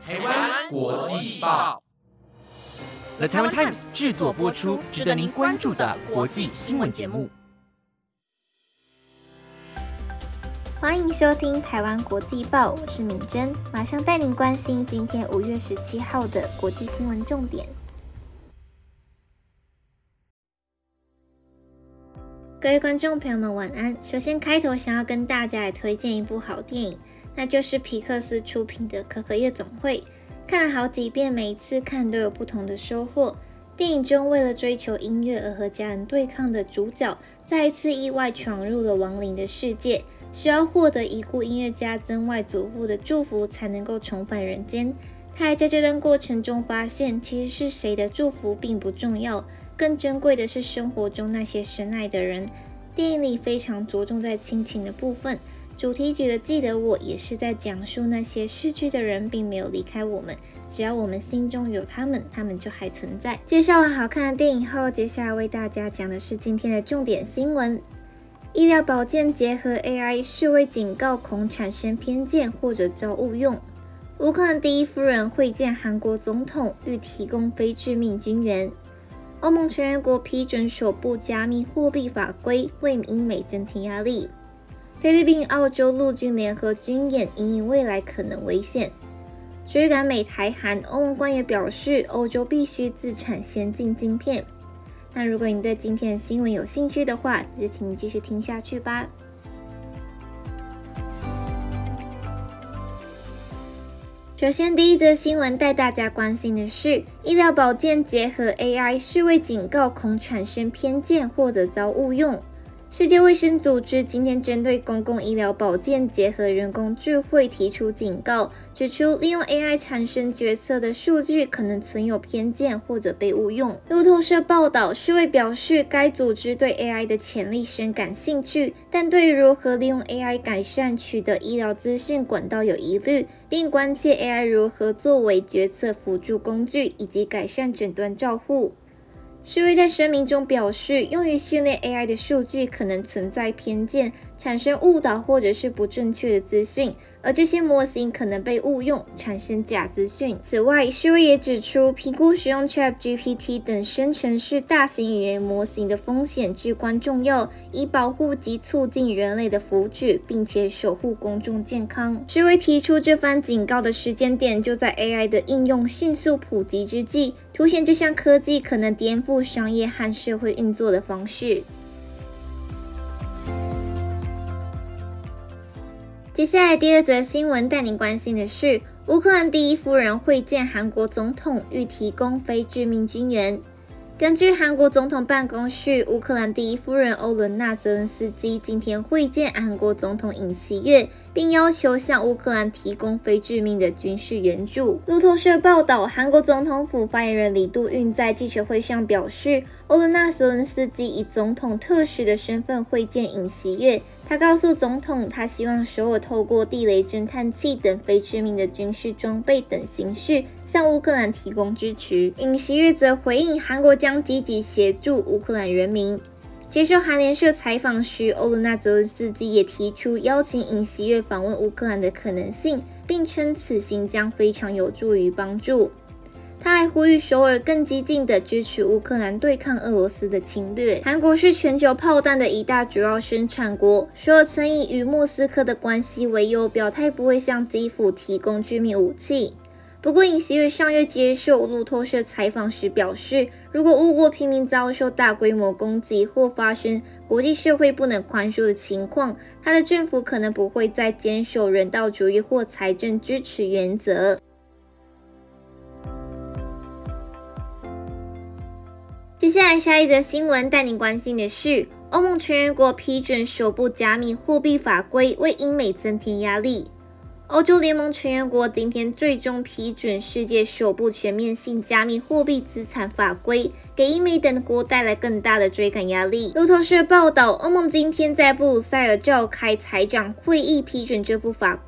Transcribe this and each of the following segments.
台湾国际报 The Taiwan Times 制作播出，值得您关注的国际新闻节目。 欢迎收听台湾国际报，我是敏珍，马上带您关心今天5月17号的国际新闻重点。各位观众朋友们晚安。首先开头想要跟大家来推荐一部好电影，那就是皮克斯出品的《可可夜总会》。看了好几遍，每一次看都有不同的收获。电影中为了追求音乐而和家人对抗的主角，再一次意外闯入了亡灵的世界，需要获得已故音乐家曾外祖父的祝福才能够重返人间。他还在这段过程中发现，其实是谁的祝福并不重要，更珍贵的是生活中那些深爱的人。电影里非常着重在亲情的部分，主题曲的记得我也是在讲述那些逝去的人并没有离开我们，只要我们心中有他们，他们就还存在。介绍完好看的电影后，接下来为大家讲的是今天的重点新闻。医疗保健结合 AI， 世卫警告恐产生偏见或者遭误用。乌克兰第一夫人会见韩国总统，欲提供非致命军援。欧盟成员国批准首部加密货币法规，为英美增添压力。菲律宾、澳洲陆军联合军演，因应未来可能危险。追赶美台韩，欧盟官员表示，欧洲必须自产先进晶片。那如果你对今天的新闻有兴趣的话，就请你继续听下去吧。首先，第一则新闻带大家关心的是，医疗保健结合 AI， 世卫警告恐产生偏见或者遭误用。世界卫生组织今天针对公共医疗保健结合人工智慧提出警告，指出利用 AI 产生决策的数据可能存有偏见或者被误用。路透社报道，世卫表示该组织对 AI 的潜力深感兴趣，但对于如何利用 AI 改善取得医疗资讯管道有疑虑，并关切 AI 如何作为决策辅助工具以及改善诊断照护。世卫在声明中表示，用于训练 AI 的数据可能存在偏见，产生误导或者是不正确的资讯，而这些模型可能被误用，产生假资讯。此外，世卫也指出，评估使用 ChatGPT 等生成式大型语言模型的风险至关重要，以保护及促进人类的福祉，并且守护公众健康。世卫提出这番警告的时间点，就在 AI 的应用迅速普及之际，凸显这项科技可能颠覆商业和社会运作的方式。接下来第二则新闻带您关心的是，乌克兰第一夫人会见韩国总统，欲提供非致命军援。根据韩国总统办公室，乌克兰第一夫人欧伦娜·泽伦斯基今天会见韩国总统尹锡悦，并要求向乌克兰提供非致命的军事援助。路透社报道，韩国总统府发言人李杜运在记者会上表示，欧伦娜·泽伦斯基以总统特使的身份会见尹锡悦。他告诉总统，他希望首尔透过地雷侦探器等非致命的军事装备等形式向乌克兰提供支持。尹锡悦则回应，韩国将积极协助乌克兰人民。接受韩联社采访时，欧伦娜·泽伦斯基也提出邀请尹锡悦访问乌克兰的可能性，并称此行将非常有助于帮助。他还呼吁首尔更激进地支持乌克兰对抗俄罗斯的侵略。韩国是全球炮弹的一大主要生产国，首尔曾以与莫斯科的关系为由，表态不会向基辅提供致命武器。不过，尹锡悦上月接受路透社采访时表示，如果乌国平民遭受大规模攻击或发生国际社会不能宽恕的情况，他的政府可能不会再坚守人道主义或财政支持原则。接下来下一则新闻带您关心的是，欧盟成员国批准首部加密货币法规，为英美增添压力。欧洲联盟成员国今天最终批准世界首部全面性加密货币资产法规，给英美等国带来更大的追赶压力。路透社报道，欧盟今天在布鲁塞尔召开财长会议，批准这部法规，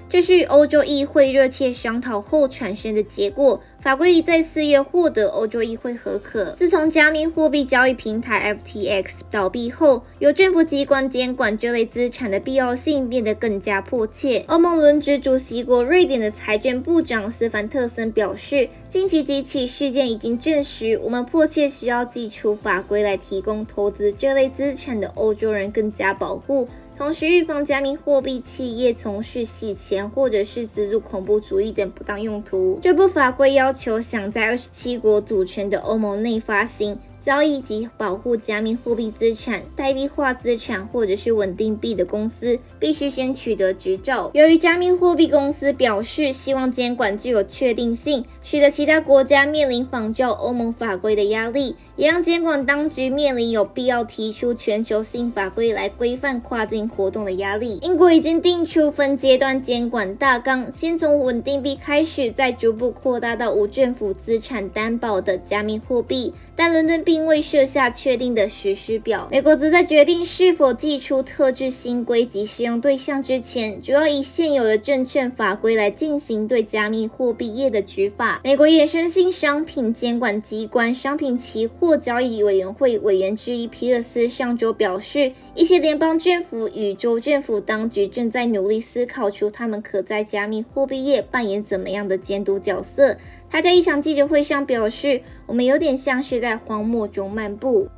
这是与欧洲议会热切商讨后产生的结果。法规已在4月获得欧洲议会核可。自从加密货币交易平台 FTX 倒闭后，由政府机关监管这类资产的必要性变得更加迫切。欧盟轮值主席国瑞典的财政部长斯凡特森表示，近期几起事件已经证实，我们迫切需要基础法规来提供投资这类资产的欧洲人更加保护，同时预防加密货币企业从事洗钱或者是资助恐怖主义等不当用途。这部法规要求想在27国组成的欧盟内发行、交易及保护加密货币资产、代币化资产或者是稳定币的公司，必须先取得执照。由于加密货币公司表示希望监管具有确定性，使得其他国家面临仿照欧盟法规的压力，也让监管当局面临有必要提出全球性法规来规范跨境活动的压力。英国已经定出分阶段监管大纲，先从稳定币开始，再逐步扩大到无政府资产担保的加密货币，但伦敦并未设下确定的实施表。美国则在决定是否祭出特制新规及适用对象之前，主要以现有的证券法规来进行对加密货币业的执法。美国衍生性商品监管机关商品期货交易委员会委员之一皮尔斯上周表示，一些联邦政府与州政府当局正在努力思考出他们可在加密货币业扮演怎么样的监督角色。他在一场记者会上表示，我们有点像是在荒漠中漫步。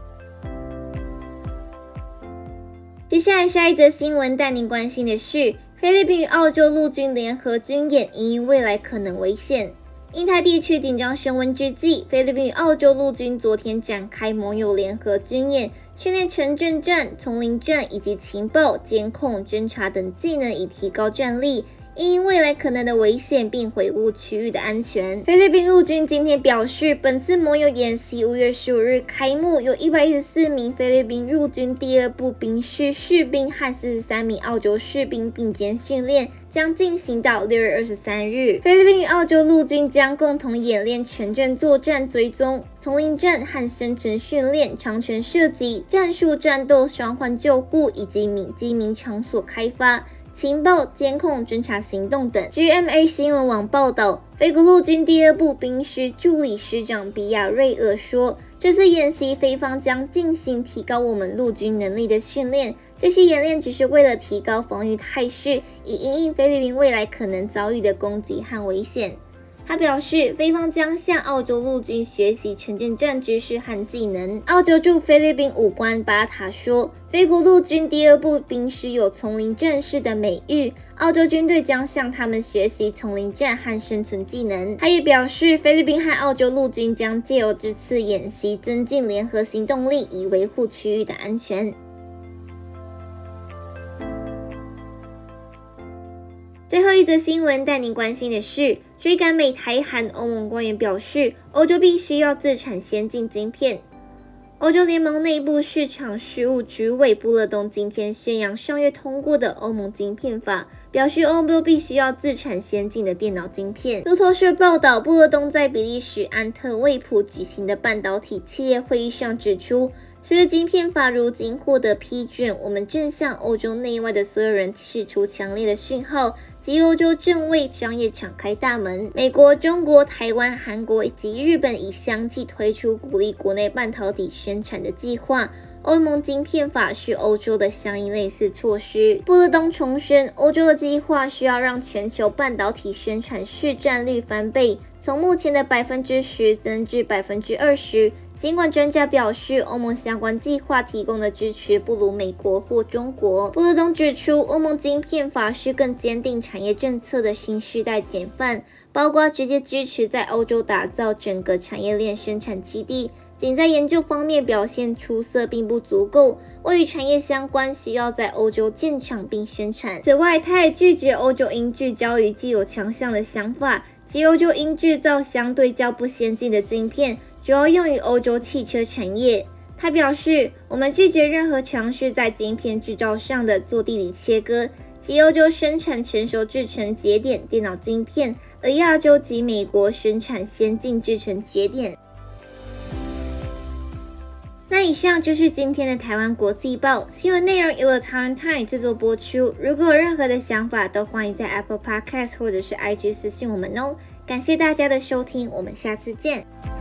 接下来下一则新闻带您关心的是，菲律宾与澳洲陆军联合军演因未来可能危险。印太地区紧张升温之际，菲律宾与澳洲陆军昨天展开盟友联合军演，训练城镇战、丛林战以及情报、监控、侦察等技能，以提高战力，因未来可能的危险，并维护区域的安全。菲律宾陆军今天表示，本次盟友演习5月15日开幕，有114名菲律宾陆军第2部兵师士兵和43名澳洲士兵并肩训练，将进行到6月23日。菲律宾与澳洲陆军将共同演练城镇作战追踪、丛林战和生存训练、长程射击、战术战斗、双环救护以及机民场所开发、情报、监控、侦察行动等。GMA 新闻网报道，菲国陆军第2部兵师助理师长比亚瑞尔说，这次演习菲方将进行提高我们陆军能力的训练，这些演练只是为了提高防御态势，以因应菲律宾未来可能遭遇的攻击和危险。他表示，菲方将向澳洲陆军学习城镇战知识和技能。澳洲驻菲律宾武官巴塔说，菲国陆军第2部兵师有丛林战士的美誉，澳洲军队将向他们学习丛林战和生存技能。他也表示，菲律宾和澳洲陆军将借由这次演习增进联合行动力，以维护区域的安全。最后一则新闻带您关心的是，追赶美台韩，欧盟官员表示，欧洲必须要自产先进晶片。欧洲联盟内部市场事务主委布勒东今天宣扬上月通过的欧盟晶片法，表示欧洲必须要自产先进的电脑晶片。路透社报道，布勒东在比利时安特卫普举行的半导体企业会议上指出，随着晶片法如今获得批准，我们正向欧洲内外的所有人释出强烈的讯号，及欧洲正为商业敞开大门。美国、中国、台湾、韩国以及日本已相继推出鼓励国内半导体生产的计划。欧盟晶片法是欧洲的相应类似措施。布勒东重申，欧洲的计划需要让全球半导体生产市占率翻倍，从目前的 10% 增至 20%。尽管专家表示，欧盟相关计划提供的支持不如美国或中国。布勒东指出，欧盟晶片法是更坚定产业政策的新世代典范，包括直接支持在欧洲打造整个产业链生产基地，仅在研究方面表现出色并不足够，位于产业相关需要在欧洲建厂并生产。此外，他也拒绝欧洲应聚焦于既有强项的想法，即欧洲应制造相对较不先进的晶片，主要用于欧洲汽车产业。他表示，我们拒绝任何尝试在晶片制造上的做地理切割，即欧洲生产成熟制程节点电脑晶片，而亚洲及美国生产先进制程节点。 那以上就是今天的台湾国际报新闻内容，由了台湾 Time 制作播出。如果有任何的想法，都欢迎在 Apple Podcast 或者是 IG 私信我们哦。感谢大家的收听，我们下次见。